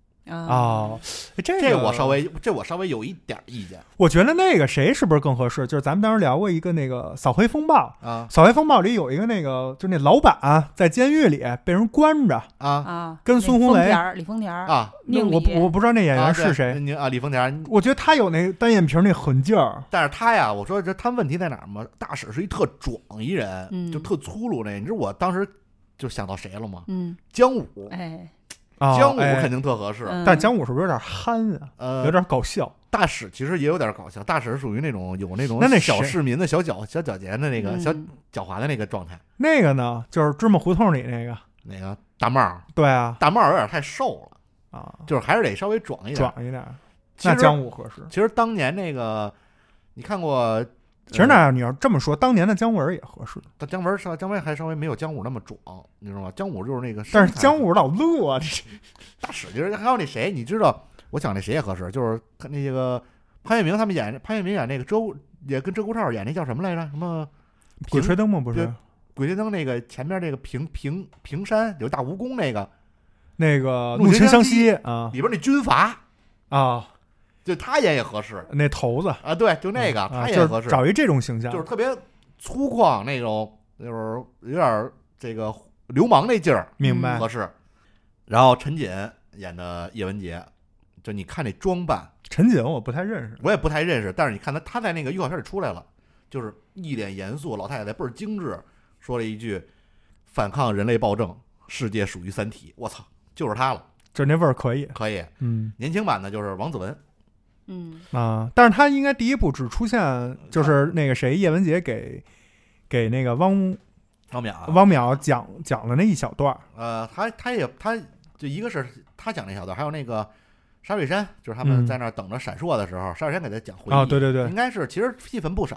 这我稍微有一点意见。
我觉得那个谁是不是更合适？就是咱们当时聊过一个那个《扫黑风暴》
啊，
《扫黑风暴》里有一个那个，就那老板在监狱里被人关着
啊，
跟孙红雷、
李丰田
啊，
我不知道那演员是谁
啊，李丰田，
我觉得他有那单眼皮那狠劲儿，
但是他呀，我说他问题在哪儿吗？大使是一特壮一人，就特粗鲁那，你知道我当时就想到谁了吗？姜武，姜武肯定特合适，
但姜武是不是有点憨啊？有点搞笑。
大使其实也有点搞笑，大使属于那种有那种小市民的小矫健的那个小狡猾的那个状态。
那个呢，就是芝麻胡同里那
个大帽。对
啊，
大帽有点太瘦了
啊，
就是还是得稍微壮一点。
那姜武合适。
其实当年那个你看过。
其实那你要这么说，当年的姜文也合适。
但姜文还稍微没有姜武那么壮，你知道吗？姜武就是那个，
但是姜武老乐啊，
大使其实还有那谁，你知道？我想那谁也合适，就是那个潘粤明他们演那个也跟鹧鸪哨演那叫什么来着？什么
鬼吹灯吗？不是
鬼吹灯那个前面那个平山有大蜈蚣
那个怒晴湘西啊，
里边那军阀
啊。
就他演也合适，
那头子
啊，对，就那个他也合适，
找一这种形象，
就是特别粗犷那种，就是有点这个流氓那劲儿，
明白
合适。然后陈瑾演的叶文洁，就你看那装扮，
陈瑾我不太认识，
我也不太认识，但是你看他在那个预告片里出来了，就是一脸严肃，老太太倍儿精致，说了一句“反抗人类暴政，世界属于三体”，我操，就是他了，
就那味儿可以，
年轻版的就是王子文。
但是他应该第一部只出现，就是那个谁叶文洁给那个汪淼讲了那一小段。
他就一个是他讲那小段，还有那个沙瑞山，就是他们在那儿等着闪烁的时候，沙瑞山给他讲回忆。
对，
应该是其实戏份不少。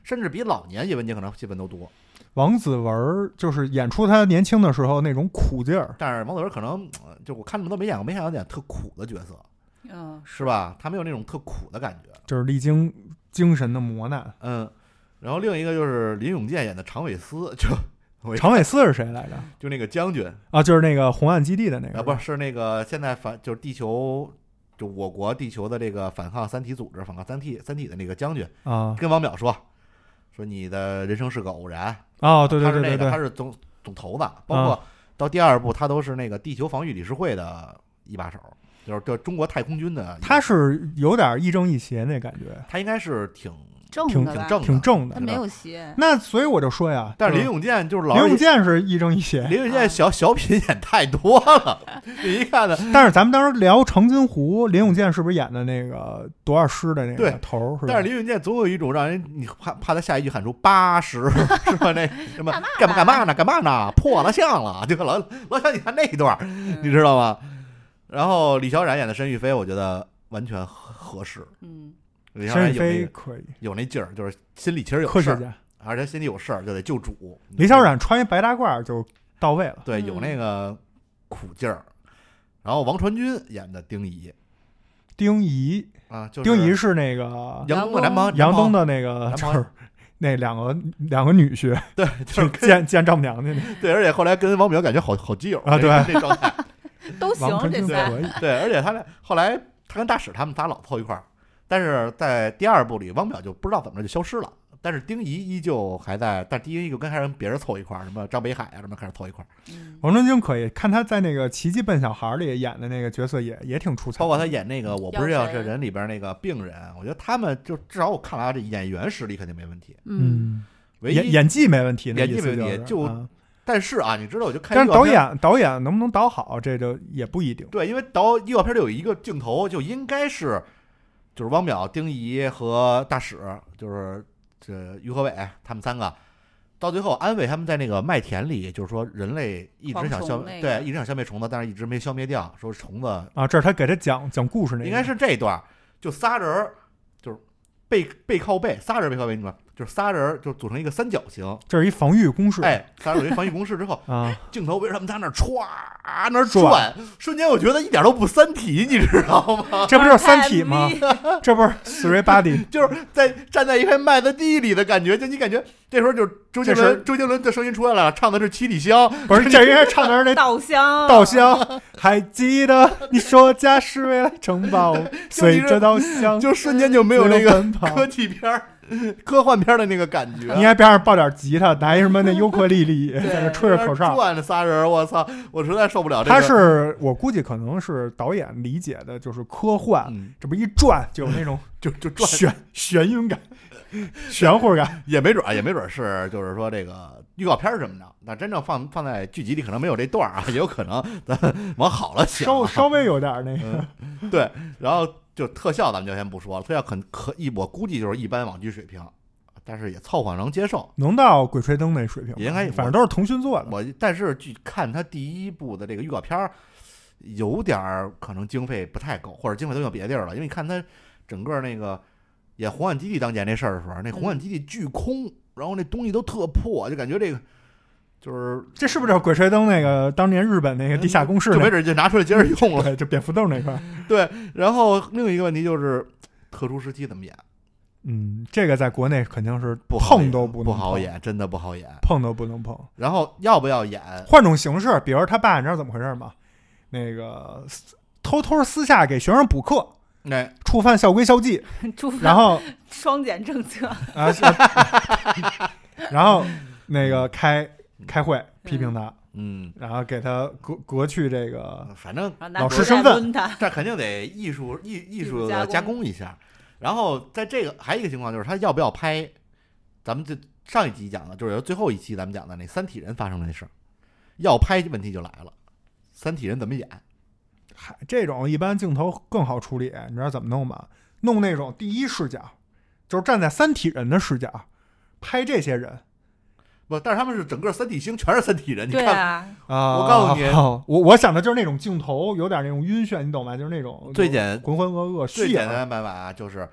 甚至比老年叶文洁可能戏份都多。
王子文就是演出他年轻的时候那种苦劲儿，
但是王子文可能就我看他们都没演过，没想到演特苦的角色，是吧？他没有那种特苦的感觉，
就是历经精神的磨难。
然后另一个就是林永健演的常伟思，
常伟思是谁来着？
就那个将军
啊，就是那个红岸基地的那个
不是那个现在就是地球。就我国地球的这个反抗三体组织，反抗三体的那个将军
啊，
跟王淼说你的人生是个偶然
对对对对对，
他是总头子，包括到第2部他都是那个地球防御理事会的一把手，就是中国太空军的。
他是有点亦正亦邪那感觉，
他应该是挺
正
的，
他没有邪。
那所以我就说呀，
但是林永健就是
林永健是亦正亦邪，
林永健小品演太多了，你一看呢。
但是咱们当时聊长津湖，林永健是不是演的那个多少师的那个头？是吧？
但是林永健总有一种让人你怕他下一句喊出80，是吧？那什么干嘛呢？破了相了，就老想你看那一段，你知道吗？然后李小冉演的申玉飞，我觉得完全合适。
申玉飞可以
有那劲儿，就是心里其实有事儿，而且心里有事儿就得救主。
李小冉穿一白大褂就到位了，
对，有那个苦劲儿。然后王传君演的丁仪
啊，
就是
丁仪是那个
杨
东的那个，就是那两个女婿，
对，就是
见丈母娘的那，
对，而且后来跟王淼感觉好基友
啊，对，
那状态
都行，这
可以，
对，而且后来他跟大使他们仨老凑一块儿。但是在第2部里，汪淼就不知道怎么着就消失了，但是丁仪依旧还在，但丁仪就跟别人凑一块儿，什么张北海啊什么开始凑一块儿。
王传君可以看他在那个《奇迹笨小孩》里演的那个角色也挺出彩，
包括他演那个《我不是药神》里边那个病人，我觉得他们就至少我看来这演员实力肯定没问题，唯一
演技没问题，
演技没问题就。但是啊，你知道，我就看。
但是导演能不能导好，这就也不一定。
对，因为预告片里有一个镜头，就应该是。就是汪淼、丁仪和大使，就是这于和伟他们3个，到最后安慰他们在那个麦田里，就是说人类一直想消灭虫子，但是一直没消灭掉。说虫子
啊，这是他给他讲故事那个，
应该是这一段，就仨人就是背靠背，仨人背靠背，你知道吗？就是仨人就组成一个三角形，
这是一防御工事。
仨人有一防御工事之后
啊，
镜头围着他们在那歘那转，瞬间我觉得一点都不三体，你知道吗？
这不就是三体吗？这不是 Three Body，
就是站在一片麦子地里的感觉，就你感觉这时候就周杰伦的声音出来了，唱的是《七里香》，
不是这人唱的是那
稻
香，还记得你说家是为了城堡，随着稻香，
就瞬间就没有那个科技片科幻片的那个感觉。
你还边上抱点吉他，拿一什么那尤克里里，在那吹着口哨，
转着仨人，我操，我实在受不了这个。
他是我估计可能是导演理解的，就是科幻，这不一转就有那种
就转
眩晕感。玄乎感
也没准是就是说这个预告片什么的，那真正放在剧集里可能没有这段啊，也有可能咱往好了想，
稍微有点那个
对，然后就特效咱们就先不说了，特效我估计就是一般网剧水平，但是也凑合能接受，
能到《鬼吹灯》那水平，
应该
反正都是腾讯做的。
但是据看他第1部的这个预告片，有点可能经费不太够，或者经费都用别地儿了，因为你看他整个那个。演红岸基地当年那事儿的时候，那红岸基地巨空，然后那东西都特破，就感觉这个就是
这是不是《鬼吹灯》那个当年日本那个地下工事，
就没准就拿出来接着用了，
就蝙蝠洞那块。
对，然后另一个问题就是特殊时期怎么演？
这个在国内肯定是碰都不
好演，真的不好演，
碰都不能碰。
然后要不要演？
换种形式，比如他爸，你知道怎么回事吗？那个偷私下给学生补课。触犯校规校纪，然后
双减政策
啊，然后那个开会批评他，然后给他革去这个，
反正
老师身份，
这肯定得艺术加工一下。然后在这个还有一个情况就是他要不要拍，咱们这上一集讲的就是最后一期咱们讲的那三体人发生的那事儿，要拍问题就来了，三体人怎么演？
这种一般镜头更好处理，你知道怎么弄吗？弄那种第一视角，就是站在三体人的视角拍这些人。
不，但是他们是整个三体星全是三体人，你
看
啊，
我告诉你，
我想的就是那种镜头有点那种晕眩，你懂吗？就是那种
最简
浑浑噩噩。
最简单的办法就是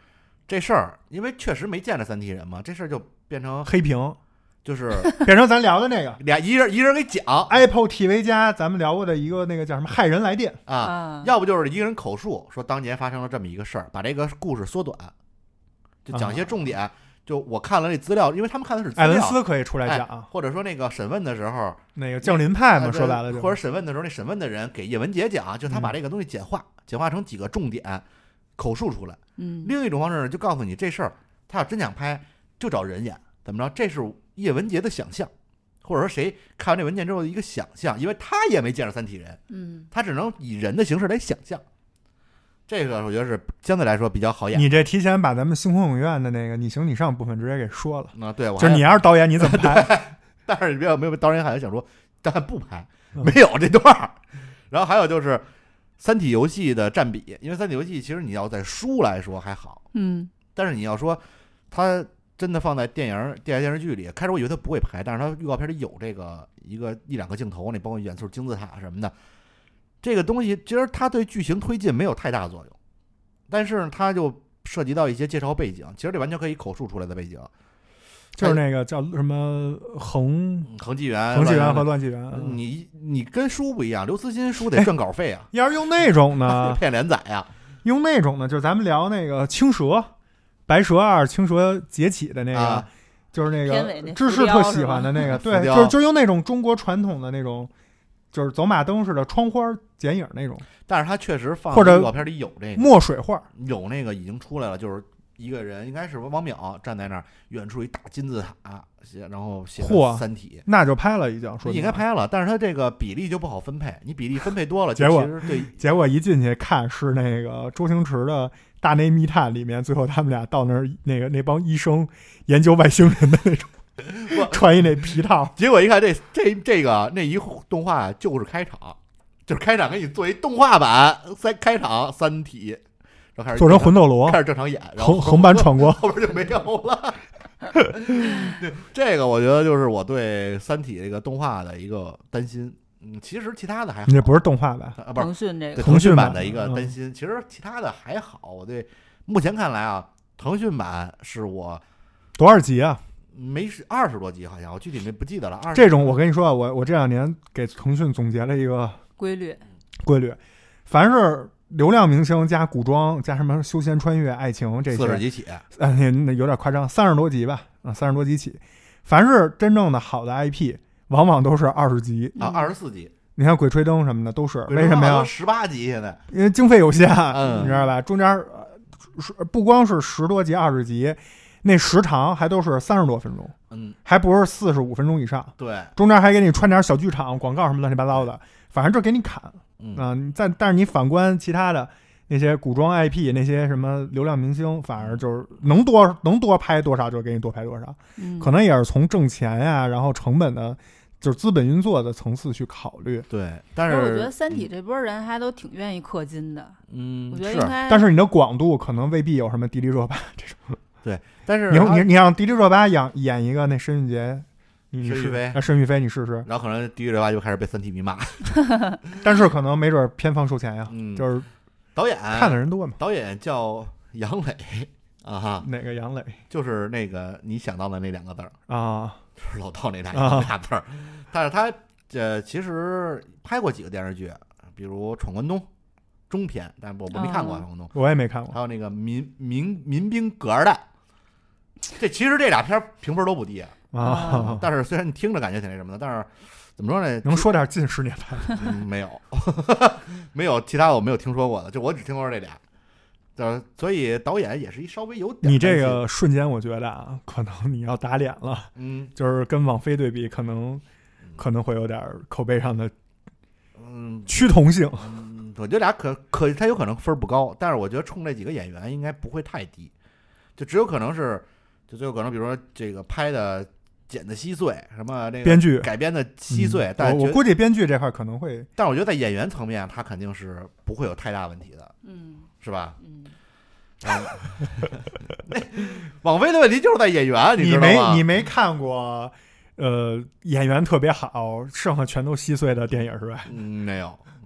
这事儿，因为确实没见着三体人嘛，这事儿就变成
黑屏，
就是
变成咱聊的那个
一人给讲
Apple TV 加咱们聊过的一个那个叫什么骇人来电
啊，要不就是一个人口述说当年发生了这么一个事儿，把这个故事缩短，就讲一些重点。就我看了那资料，因为他们看的是资料，
艾文斯可以出来讲，
或者说那个审问的时候，
那个降临派嘛，说白了，
或者审问的时候，那审问的人给叶文洁讲，就他把这个东西简化成几个重点，口述出来。另一种方式呢，就告诉你这事儿，他要真想拍，就找人演，怎么着？这是叶文洁的想象，或者说谁看完这文件之后的一个想象，因为他也没见着三体人，他只能以人的形式来想象。这个我觉得是相对来说比较好演。
你这提前把咱们星空影院的那个你行你上部分直接给说了。
对，
就是你要是导演你怎么拍？
但是没有导演好像想说，但不拍，没有这段。然后还有就是三体游戏的占比，因为三体游戏其实你要在书来说还好，但是你要说它真的放在电视剧里，开始我以为它不会拍，但是它预告片里有这个一两个镜头，那包括远处金字塔什么的。这个东西其实它对剧情推进没有太大作用，但是它就涉及到一些介绍背景，其实这完全可以口述出来的背景，
就是那个叫什么恒
纪元
和乱纪元。
你跟书不一样，刘慈欣书得赚稿费啊。
要是用那种呢，
骗连载啊。
用那种呢，就是咱们聊那个青蛇、白蛇2、青蛇劫起的那个，就是那个芝士特喜欢的那个，对，就是用那种中国传统的那种。就是走马灯似的窗花剪影那种，
但是他确实放
或者
预告片里有这个
墨水画，
有那个已经出来了，就是一个人应该是王淼站在那儿，远处一大金字塔，然后写三体，
那就拍了已经，说
应该拍了，但是他这个比例就不好分配，你比例分配多了，
结果一进去看是那个周星驰的《大内密探》里面，最后他们俩到那儿那帮医生研究外星人的那种。穿一那皮套，
结果一看这个那一动画就是开场，给你做一动画版，开场三体，然后开始
做成魂斗罗，
开始正常演，然后
横版闯关，
后边就没有了。对，这个我觉得就是我对三体这个动画的一个担心。其实其他的还好，
那不是动画版，
不是
腾讯这个
腾讯版的一个担心。其实其他的还好，我对目前看来啊，腾讯版是我
多少集啊？
没20多集，好像我具体不记得了。
这种我跟你说，我这2年给腾讯总结了一个规律，凡是流量明星加古装加什么修仙穿越爱情这些
40集起，
那有点夸张，30多集吧，30多集起。凡是真正的好的 IP， 往往都是20集
24集。
你看《鬼吹灯》什么的都是，为什么呀
？18集现在，
因为经费有限，你知道吧？中间不光是10多集、20集。那时长还都是30多分钟，还不是45分钟以上。
对，
中间还给你穿点小剧场、广告什么乱七八糟的，反正就给你砍。但是你反观其他的那些古装 IP， 那些什么流量明星，反而就是能多拍多少就给你多拍多少。可能也是从挣钱呀，然后成本的，就是资本运作的层次去考虑。
对，但是
我觉得三体这波人还都挺愿意氪金的。我觉得应该，
但是你的广度可能未必有什么迪丽热巴这种。
对，但是
你让迪丽热巴演一个那申玉洁，申玉菲你试试，
然后可能迪丽热巴就开始被三体迷骂，
但是可能没准片方收钱呀，就是
导演
看的人多嘛。
导演叫杨磊啊哈，
哪个杨磊？
就是那个你想到的那2个字
啊，
就是老道那俩字儿。但是他其实拍过几个电视剧，比如《闯关东》。中篇，但我没看过《闯关东》，
我也没看过。
还有那个民兵隔二代，其实这俩片评分都不低啊。但是虽然你听着感觉挺那什么的，但是怎么说呢？
能说点近10年拍？
没有，没有其他的我没有听说过的，就我只听说这俩。所以导演也是稍微有点。
你这个瞬间，我觉得啊，可能你要打脸了。就是跟网飞对比，可能会有点口碑上的趋同性。
我觉得俩他有可能分不高，但是我觉得冲这几个演员应该不会太低，就只有可能是，就最有可能比如说这个拍的剪的稀碎，什么那个
编剧改
编的稀碎，但
我估计编剧这块可能会，
但我觉得在演员层面他肯定是不会有太大问题的，是吧？网飞的问题就是在演员，你知道吗？
你没看过演员特别好，剩下全都稀碎的电影是吧？
没有。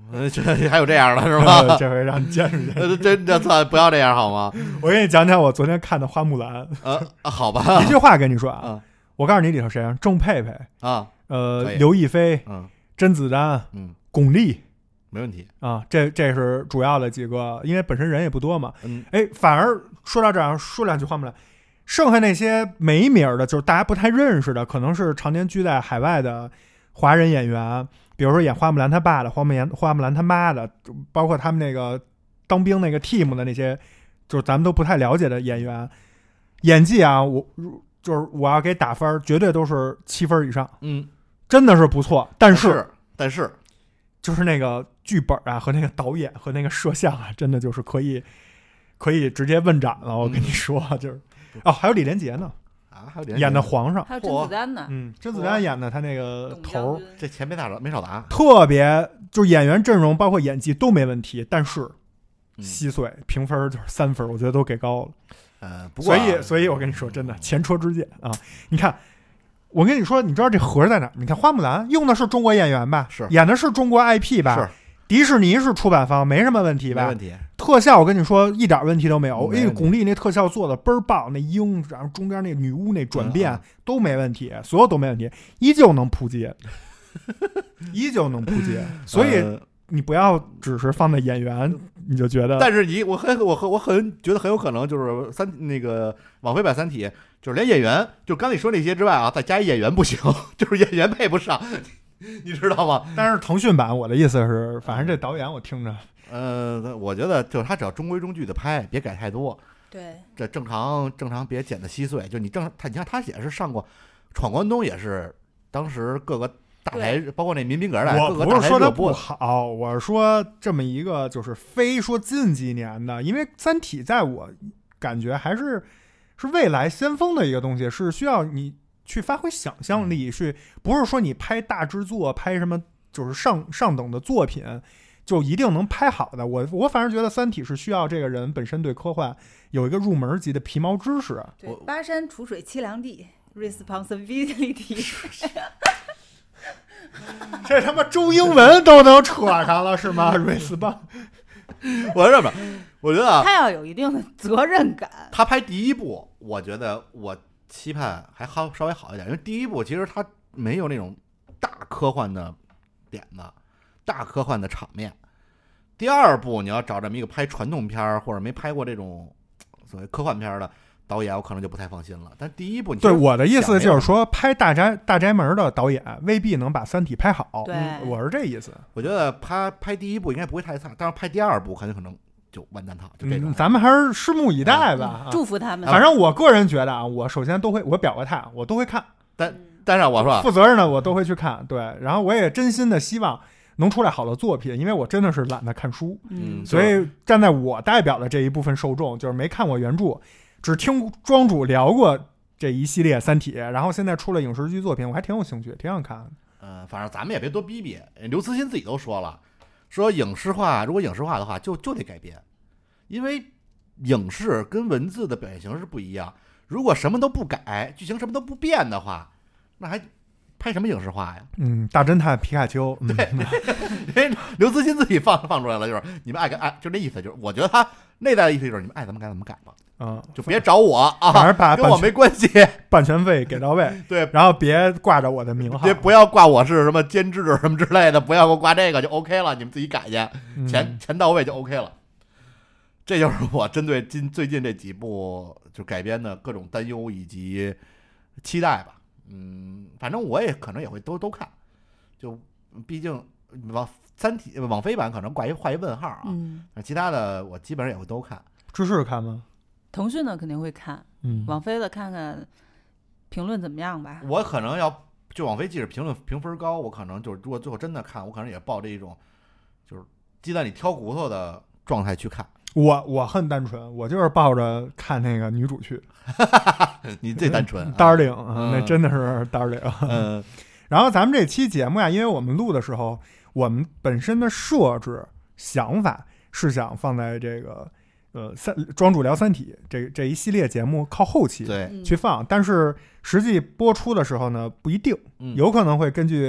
这还有这样的是吗？
这回让你见识见
识。这操，不要这样好吗？
我给你讲讲我昨天看的《花木兰》。
好吧。
一句话跟你说啊，我告诉你里头谁啊？郑佩佩
啊，
刘亦菲，甄子丹，巩俐。
没问题
啊，这是主要的几个，因为本身人也不多嘛。反而说到这儿，说两句花木兰，剩下那些没名的，就是大家不太认识的，可能是常年居在海外的华人演员，比如说演花木兰他爸的，花木兰他妈的，包括他们那个当兵那个 team 的那些，就是咱们都不太了解的演员，演技啊，我要给打分，绝对都是7分以上。真的是不错。但是就是那个剧本啊和那个导演和那个摄像啊，真的就是可以直接问斩了。我跟你说，就是还有李连杰呢
还有
演的皇上，
还有甄子丹呢。
甄子丹演的他那个头，
这钱没少砸，
特别就是演员阵容包括演技都没问题，但是稀碎，评分就是3分，我觉得都给高了。
不过
所以我跟你说，真的前车之鉴啊！你看。我跟你说，你知道这盒在哪？你看花木兰用的是中国演员吧？
是
演的是中国 IP 吧？
是
迪士尼是出版方，没什么问题吧？
没问题。
特效我跟你说一点问题都没有。巩俐那特效做的倍儿棒，那鹰，然后中间那女巫那转变都没问题，所有都没问题，依旧能扑街，依旧能扑街。所以你不要只是放在演员，你就觉得。
但是我很觉得很有可能就是那个网飞版《三体》。就是连演员，就刚你说那些之外啊，再加一演员不行，就是演员配不上，你知道吗？
但是腾讯版，我的意思是，反正这导演我听着，
我觉得就是他只要中规中矩的拍，别改太多。
对，
这正常别剪得稀碎。就你看他也是上过《闯关东》，也是当时各个大台，包括那民兵哥来，各个大台热播。
我不是说他不好，我是说这么一个就是非说近几年的，因为《三体》在我感觉还是未来先锋的一个东西，是需要你去发挥想象力，不是说你拍大制作，拍什么就是上等的作品就一定能拍好的。我反而觉得《三体》是需要这个人本身对科幻有一个入门级的皮毛知识。
对，巴山楚水凄凉地 ，responsibility。
这他妈中英文都能扯上了是吗？responsibility。
我这么。我觉得
他要有一定的责任感。
他拍第一部，我觉得我期盼还稍微好一点，因为第一部其实他没有那种大科幻的点子、大科幻的场面。第二部你要找这么一个拍传统片或者没拍过这种所谓科幻片的导演，我可能就不太放心了。但第一部，
对我的意思就是说，拍大宅门的导演未必能把《三体》拍好。
对，
我是这意思。
我觉得拍第一部应该不会太差，但是拍第二部可能。就完蛋套，就这种。
咱们还是拭目以待吧，
祝福他们。
反正我个人觉得啊，我首先我表个态，我都会看。
但是我说
负责任的，我都会去看。对，然后我也真心的希望能出来好的作品，因为我真的是懒得看书，所以站在我代表的这一部分受众，就是没看过原著，只听庄主聊过这一系列《三体》，然后现在出了影视剧作品，我还挺有兴趣，挺想看的。
反正咱们也别多逼逼，刘慈欣自己都说了。说影视化，如果影视化的话，就得改编，因为影视跟文字的表现形式不一样。如果什么都不改，剧情什么都不变的话，那还拍什么影视化呀？
大侦探皮卡丘，
对，因为刘慈欣自己放出来了，就是你们爱，就那意思，就是我觉得他内在的意思就是你们爱怎么改怎么改吧。就别找我啊，
反正
跟我没关系，
版权费给到位。
对，
然后别挂着我的名号，
不要挂我是什么监制什么之类的，不要给我挂这个就 OK 了，你们自己改去，钱到位就 OK 了。这就是我针对最近这几部就改编的各种担忧以及期待吧。反正我也可能也会都看，就毕竟三体网飞版可能画一问号啊，其他的我基本上也会都看。
芝士看吗？
腾讯的肯定会看，网飞的看看评论怎么样吧。
我可能要就网飞即使评分高，我可能就是如果最后真的看，我可能也抱着一种就是鸡蛋里挑骨头的状态去看。
我很单纯，我就是抱着看那个女主去。
你最单纯
，Darling，那真的是 Darling。然后咱们这期节目呀，因为我们录的时候，我们本身的设置想法是想放在这个庄主聊三体这一系列节目靠后期去放，但是实际播出的时候呢，不一定，有可能会根据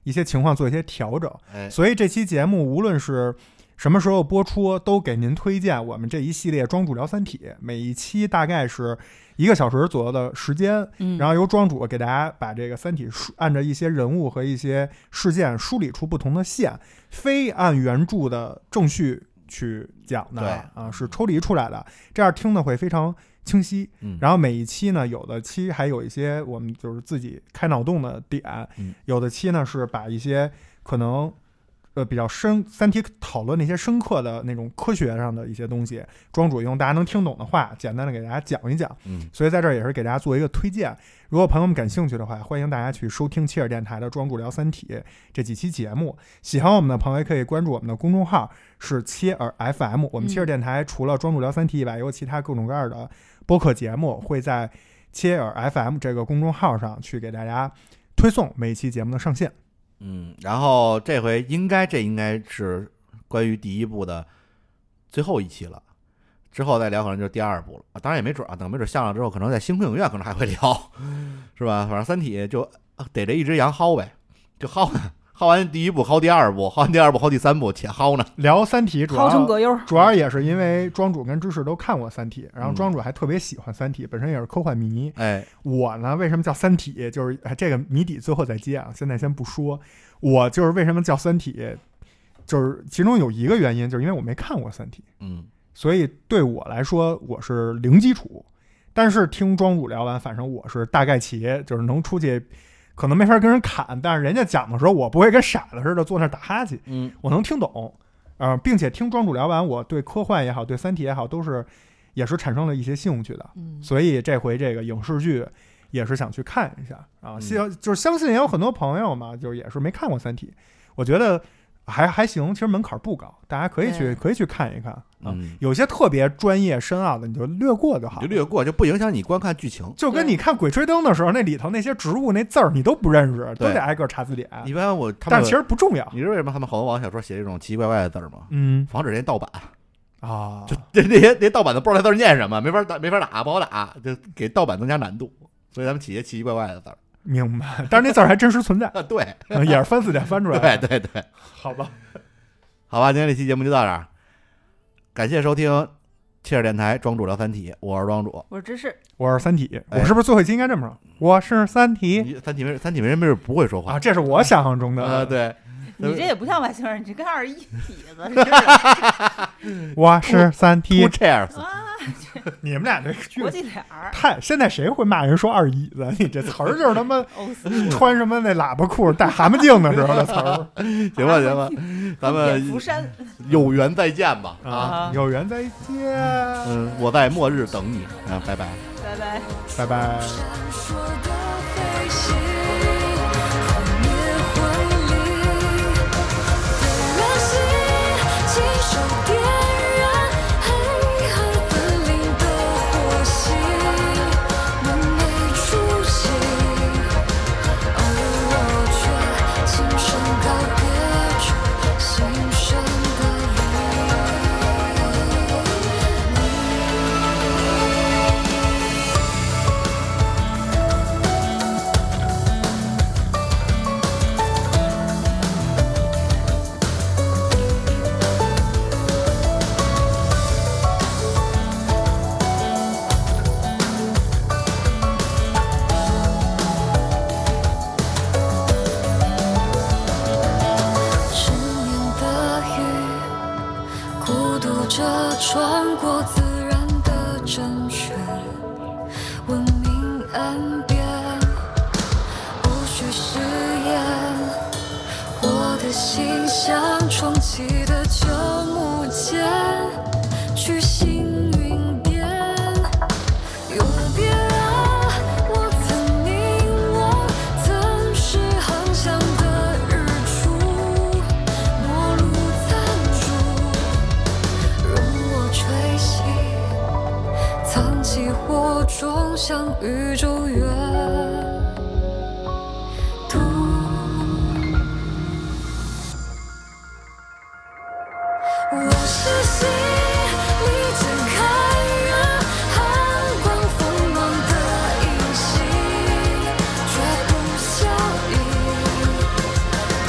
一些情况做一些调整。所以这期节目无论是什么时候播出，都给您推荐我们这一系列庄主聊三体，每一期大概是1个小时左右的时间，然后由庄主给大家把这个三体按照一些人物和一些事件梳理出不同的线，非按原著的正序去讲的是抽离出来的，这样听的会非常清晰。然后每一期呢，有的期还有一些我们就是自己开脑洞的点，有的期呢是把一些可能比较三体讨论那些深刻的那种科学上的一些东西，庄主用大家能听懂的话简单的给大家讲一讲。所以在这儿也是给大家做一个推荐，如果朋友们感兴趣的话，欢迎大家去收听切尔电台的庄主聊三体这几期节目。喜欢我们的朋友可以关注我们的公众号是切尔 FM， 我们切尔电台除了庄主聊三体以外，也有其他各种各样的播客节目会在切尔 FM 这个公众号上去给大家推送每一期节目的上线。
然后这回这应该是关于第一部的最后一期了，之后再聊可能就是第二部了当然也没准等没准下了之后，可能在星空影院可能还会聊，是吧？反正三体就逮着一只羊薅呗，就薅完第一部薅第二部，薅完第二部薅第三部，且薅呢。
聊三体
薅成葛优，
主要也是因为庄主跟芝士都看过三体，然后庄主还特别喜欢三体，本身也是科幻迷。我呢为什么叫三体，就是这个谜底最后再接现在先不说。我就是为什么叫三体，就是其中有一个原因，就是因为我没看过三体，所以对我来说我是零基础。但是听庄主聊完，反正我是大概齐，就是能出去。可能没法跟人侃，但是人家讲的时候，我不会跟傻子似的坐那打哈欠，我能听懂，并且听庄主聊完，我对科幻也好，对三体也好，也是产生了一些兴趣的，所以这回这个影视剧也是想去看一下就是相信也有很多朋友嘛，就是也是没看过三体，我觉得还行，其实门槛不高，大家可以去看一看有些特别专业深奥的你就略过就好，
就略过，就不影响你观看剧情。
就跟你看《鬼吹灯》的时候，那里头那些植物那字儿你都不认识，都得挨个查字典。
一般
但其实不重要。
你知道为什么他们好多网络小说写这种奇奇怪怪的字儿吗？防止人家盗版就那些盗版的不知道那字念什么，没法打，不好打，就给盗版增加难度，所以咱们起些奇奇怪怪的字儿。
明白，但是那字儿还真实存在
对，
也是翻字典翻出来
的。对，
好吧，
今天这期节目就到这儿，感谢收听切尔电台庄主聊三体，我是庄主，
我是芝士，
我是三体。我是不是最后一期应该这么说？我是三体。
三体没人不会说话
这是我想象中的。
对，
你这也不像外星人，你这跟21痞子似的。
我是三体。
Two chairs。
你们俩这
国际脸
现在谁会骂人说二椅子？你这词儿就是他妈穿什么那喇叭裤戴蛤蟆镜的时候的词儿。
行吧，咱们有缘再见吧
有缘再见。
我在末日等你拜拜，
拜拜。穿过自然的正确，文明岸边，无需誓言。我的心像重启的旧木剑，去行云边。永别了我曾凝望，曾是航向的日出，陌路残烛，容我吹熄，藏起火种，向宇宙远渡。我是心里睁开远，寒光锋芒的隐形，绝不消弭。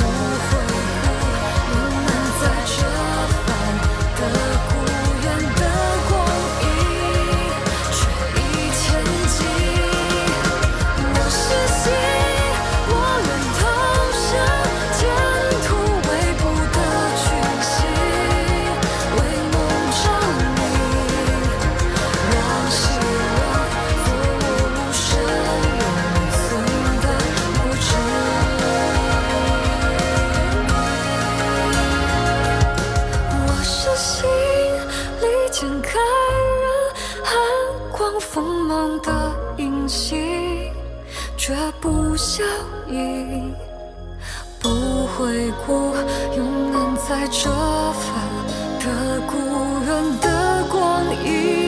绝不效应，不回顾，永远在这份的故人的光阴。